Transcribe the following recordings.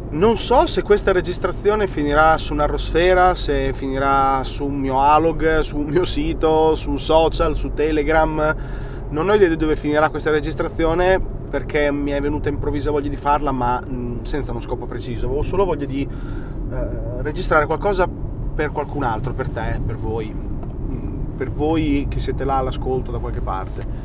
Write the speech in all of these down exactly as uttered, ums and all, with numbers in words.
Non so se questa registrazione finirà su Narrosfera, se finirà su un mio Alog, su un mio sito, su un social, su Telegram. Non ho idea di dove finirà questa registrazione perché mi è venuta improvvisa voglia di farla, ma mh, senza uno scopo preciso. Avevo solo voglia di eh, registrare qualcosa per qualcun altro, per te, per voi, mh, per voi che siete là all'ascolto da qualche parte.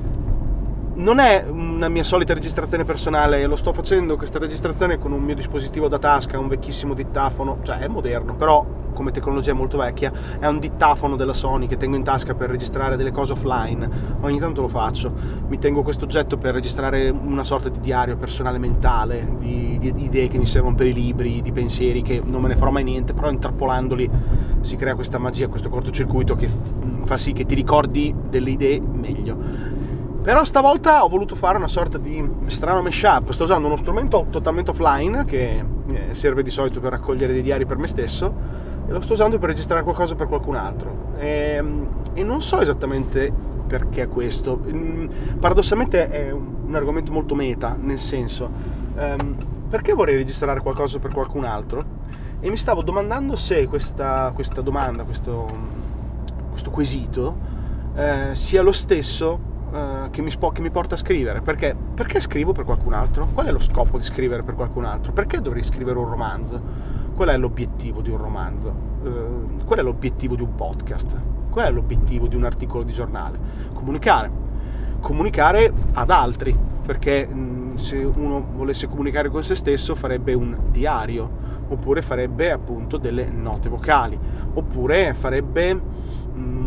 Non è una mia solita registrazione personale, lo sto facendo questa registrazione con un mio dispositivo da tasca, un vecchissimo dittafono, cioè è moderno, però come tecnologia è molto vecchia, è un dittafono della Sony che tengo in tasca per registrare delle cose offline. Ogni tanto lo faccio, mi tengo questo oggetto per registrare una sorta di diario personale mentale, di, di idee che mi servono per i libri, di pensieri che non me ne farò mai niente, però intrappolandoli si crea questa magia, questo cortocircuito che f- fa sì che ti ricordi delle idee meglio. Però stavolta ho voluto fare una sorta di strano mashup. Sto usando uno strumento totalmente offline che serve di solito per raccogliere dei diari per me stesso e lo sto usando per registrare qualcosa per qualcun altro e, e non so esattamente perché questo. Paradossalmente è un argomento molto meta, nel senso um, perché vorrei registrare qualcosa per qualcun altro e mi stavo domandando se questa, questa domanda, questo, questo quesito eh, sia lo stesso Che mi, spo- che mi porta a scrivere. Perché? Perché scrivo per qualcun altro? Qual è lo scopo di scrivere per qualcun altro? Perché dovrei scrivere un romanzo? Qual è l'obiettivo di un romanzo? Uh, qual è l'obiettivo di un podcast? Qual è l'obiettivo di un articolo di giornale? Comunicare. Comunicare ad altri, perché mh, se uno volesse comunicare con se stesso farebbe un diario, oppure farebbe appunto delle note vocali, oppure farebbe mh,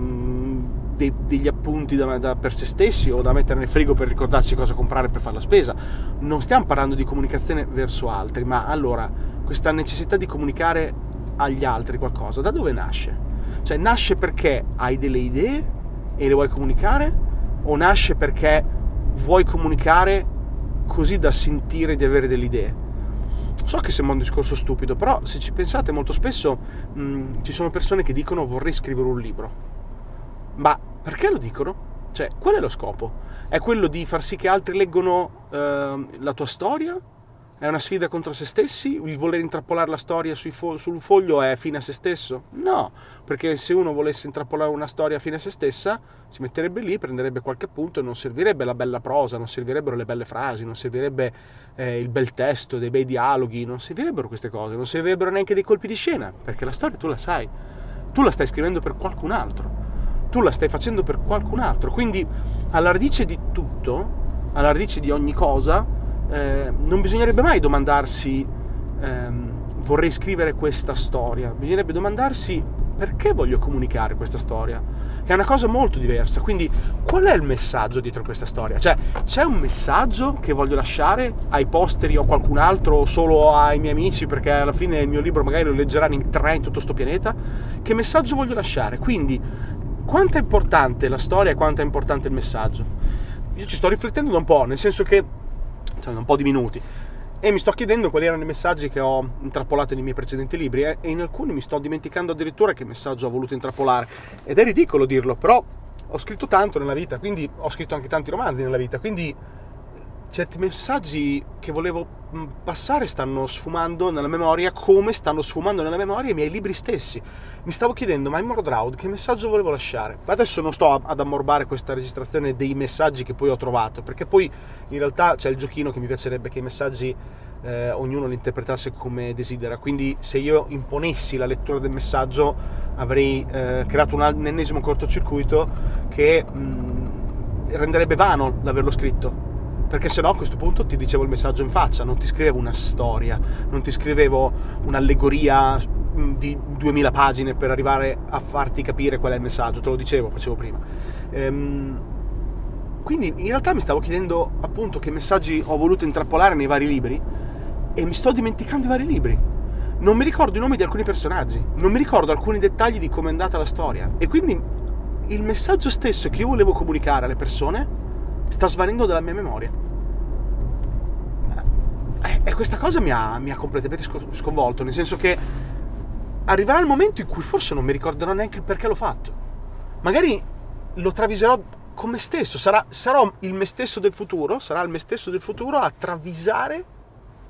Dei, degli appunti da, da, per se stessi o da mettere nel frigo per ricordarsi cosa comprare per fare la spesa. Non stiamo parlando di comunicazione verso altri, ma allora questa necessità di comunicare agli altri qualcosa da dove nasce? Cioè nasce perché hai delle idee e le vuoi comunicare, o nasce perché vuoi comunicare così da sentire di avere delle idee? So che sembra un discorso stupido, però se ci pensate molto spesso mh, ci sono persone che dicono vorrei scrivere un libro. Ma perché lo dicono? Cioè, qual è lo scopo? È quello di far sì che altri leggono eh, la tua storia? È una sfida contro se stessi? Il voler intrappolare la storia sui fo- sul foglio è fine a se stesso? No, perché se uno volesse intrappolare una storia fine a se stessa, si metterebbe lì, prenderebbe qualche appunto e non servirebbe la bella prosa, non servirebbero le belle frasi, non servirebbe eh, il bel testo, dei bei dialoghi, non servirebbero queste cose, non servirebbero neanche dei colpi di scena, perché la storia tu la sai, tu la stai scrivendo per qualcun altro. Tu la stai facendo per qualcun altro, quindi alla radice di tutto, alla radice di ogni cosa, eh, non bisognerebbe mai domandarsi ehm, vorrei scrivere questa storia, bisognerebbe domandarsi perché voglio comunicare questa storia, che è una cosa molto diversa. Quindi qual è il messaggio dietro questa storia? Cioè, c'è un messaggio che voglio lasciare ai posteri o a qualcun altro o solo ai miei amici, perché alla fine il mio libro magari lo leggeranno in tre in tutto sto pianeta? Che messaggio voglio lasciare? Quindi quanto è importante la storia e quanto è importante il messaggio? Io ci sto riflettendo da un po', nel senso che cioè da un po' di minuti, e mi sto chiedendo quali erano i messaggi che ho intrappolato nei miei precedenti libri, eh, e in alcuni mi sto dimenticando addirittura che messaggio ho voluto intrappolare, ed è ridicolo dirlo, però ho scritto tanto nella vita, quindi ho scritto anche tanti romanzi nella vita, quindi certi messaggi che volevo passare stanno sfumando nella memoria, come stanno sfumando nella memoria i miei libri stessi. Mi stavo chiedendo, ma in Mordroud che messaggio volevo lasciare? Adesso non sto ad ammorbare questa registrazione dei messaggi che poi ho trovato, perché poi in realtà c'è il giochino che mi piacerebbe che i messaggi eh, ognuno li interpretasse come desidera, quindi se io imponessi la lettura del messaggio avrei eh, creato un ennesimo cortocircuito che mh, renderebbe vano l'averlo scritto. Perché sennò a questo punto ti dicevo il messaggio in faccia, non ti scrivevo una storia, non ti scrivevo un'allegoria di duemila pagine per arrivare a farti capire qual è il messaggio, te lo dicevo, facevo prima. Ehm, quindi in realtà mi stavo chiedendo appunto che messaggi ho voluto intrappolare nei vari libri e mi sto dimenticando i vari libri. Non mi ricordo i nomi di alcuni personaggi, non mi ricordo alcuni dettagli di come è andata la storia, e quindi il messaggio stesso che io volevo comunicare alle persone sta svanendo dalla mia memoria. E questa cosa mi ha, mi ha completamente sconvolto, nel senso che arriverà il momento in cui forse non mi ricorderò neanche il perché l'ho fatto. Magari lo traviserò con me stesso, sarà, sarò il me stesso del futuro, sarà il me stesso del futuro a travisare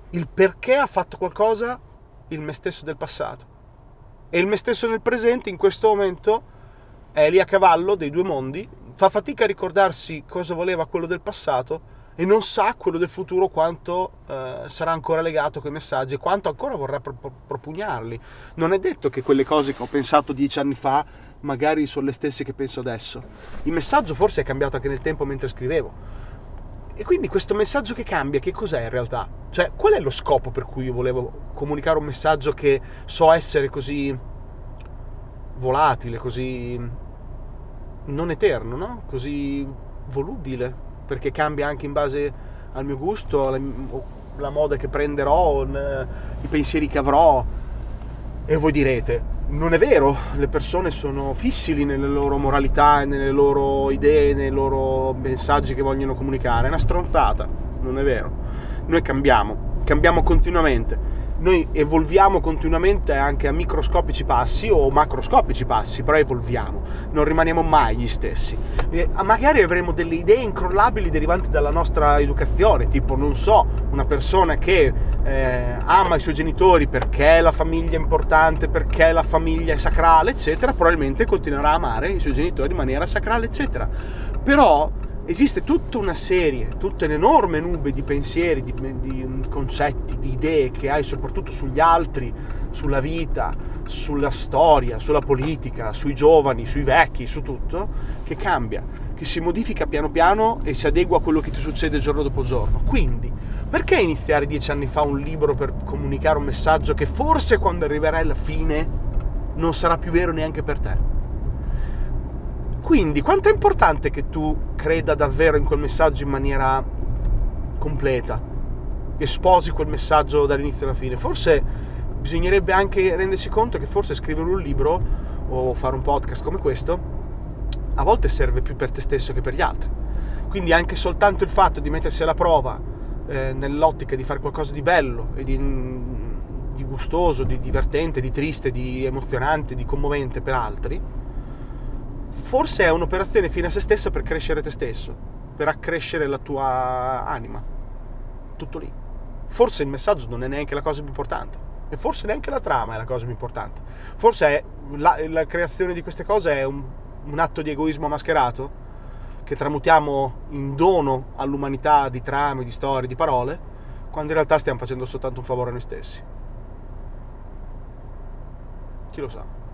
il perché ha fatto qualcosa il me stesso del passato. E il me stesso nel presente in questo momento è lì a cavallo dei due mondi, fa fatica a ricordarsi cosa voleva quello del passato e non sa quello del futuro quanto eh, sarà ancora legato a quei messaggi e quanto ancora vorrà pro- pro- propugnarli. Non è detto che quelle cose che ho pensato dieci anni fa magari sono le stesse che penso adesso. Il messaggio forse è cambiato anche nel tempo mentre scrivevo. E quindi questo messaggio che cambia, che cos'è in realtà? Cioè, qual è lo scopo per cui io volevo comunicare un messaggio che so essere così volatile, così non eterno, no? Così volubile, perché cambia anche in base al mio gusto, alla, la moda che prenderò, i pensieri che avrò. E voi direte, non è vero, le persone sono fissili nelle loro moralità, nelle loro idee, nei loro messaggi che vogliono comunicare. È una stronzata, non è vero. Noi cambiamo, cambiamo continuamente. Noi evolviamo continuamente anche a microscopici passi o macroscopici passi, però evolviamo, non rimaniamo mai gli stessi. E magari avremo delle idee incrollabili derivanti dalla nostra educazione, tipo, non so, una persona che eh, ama i suoi genitori perché la famiglia è importante, perché la famiglia è sacrale, eccetera, probabilmente continuerà a amare i suoi genitori in maniera sacrale, eccetera. Però esiste tutta una serie, tutta un'enorme nube di pensieri, di, di concetti, di idee che hai soprattutto sugli altri, sulla vita, sulla storia, sulla politica, sui giovani, sui vecchi, su tutto, che cambia, che si modifica piano piano e si adegua a quello che ti succede giorno dopo giorno. Quindi, perché iniziare dieci anni fa un libro per comunicare un messaggio che forse quando arriverai alla fine non sarà più vero neanche per te? Quindi, quanto è importante che tu creda davvero in quel messaggio in maniera completa, che sposi quel messaggio dall'inizio alla fine? Forse bisognerebbe anche rendersi conto che forse scrivere un libro o fare un podcast come questo a volte serve più per te stesso che per gli altri. Quindi anche soltanto il fatto di mettersi alla prova eh, nell'ottica di fare qualcosa di bello e di, di gustoso, di divertente, di triste, di emozionante, di commovente per altri, forse è un'operazione fine a se stessa per crescere te stesso, per accrescere la tua anima. Tutto lì. Forse il messaggio non è neanche la cosa più importante. E forse neanche la trama è la cosa più importante. Forse è la, la creazione di queste cose è un, un atto di egoismo mascherato che tramutiamo in dono all'umanità di trame, di storie, di parole, quando in realtà stiamo facendo soltanto un favore a noi stessi. Chi lo sa?